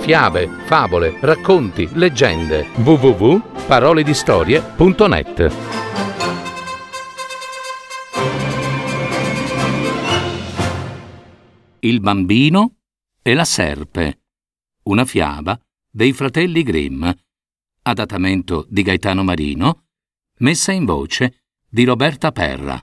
fiabe, favole, racconti, leggende. www.paroledistorie.net. Il bambino e la serpe. Una fiaba dei fratelli Grimm. Adattamento di Gaetano Marino. Messa in voce di Roberta Perra.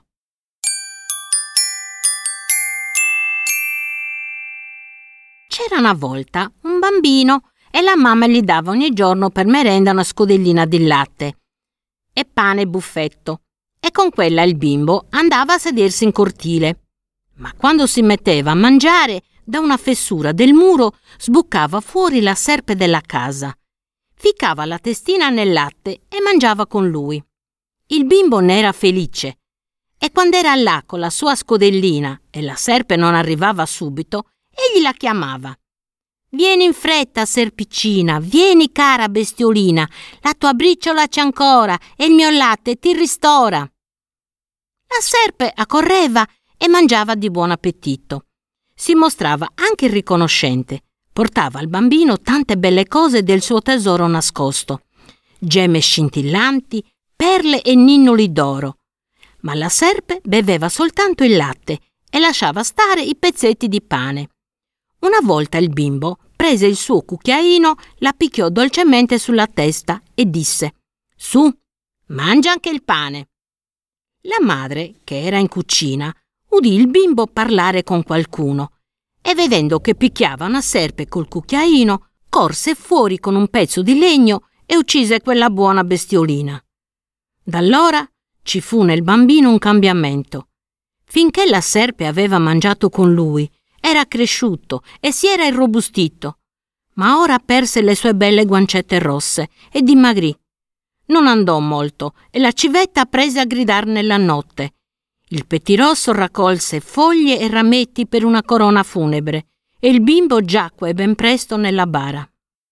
C'era una volta un bambino e la mamma gli dava ogni giorno per merenda una scodellina di latte e pane e buffetto, e con quella il bimbo andava a sedersi in cortile. Ma quando si metteva a mangiare, da una fessura del muro sbucava fuori la serpe della casa. Ficcava la testina nel latte e mangiava con lui. Il bimbo ne era felice, e quando era là con la sua scodellina e la serpe non arrivava subito, egli la chiamava. «Vieni in fretta, serpicina, vieni cara bestiolina, la tua briciola c'è ancora e il mio latte ti ristora». La serpe accorreva e mangiava di buon appetito. Si mostrava anche riconoscente, portava al bambino tante belle cose del suo tesoro nascosto, gemme scintillanti, perle e ninnoli d'oro. Ma la serpe beveva soltanto il latte e lasciava stare i pezzetti di pane. Una volta il bimbo prese il suo cucchiaino, la picchiò dolcemente sulla testa e disse: «Su, mangia anche il pane». La madre, che era in cucina, udì il bimbo parlare con qualcuno e, vedendo che picchiava una serpe col cucchiaino, corse fuori con un pezzo di legno e uccise quella buona bestiolina. Da allora ci fu nel bambino un cambiamento. Finché la serpe aveva mangiato con lui, era cresciuto e si era irrobustito, ma ora perse le sue belle guancette rosse e dimagrì. Non andò molto e la civetta prese a gridar nella notte. Il pettirosso raccolse foglie e rametti per una corona funebre e il bimbo giacque ben presto nella bara.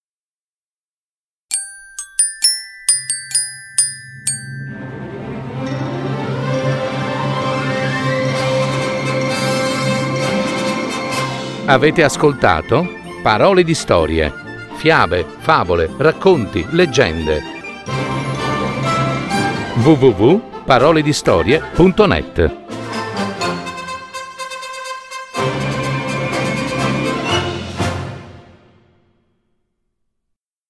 Avete ascoltato Parole di storie, fiabe, favole, racconti, leggende. www.paroledistorie.net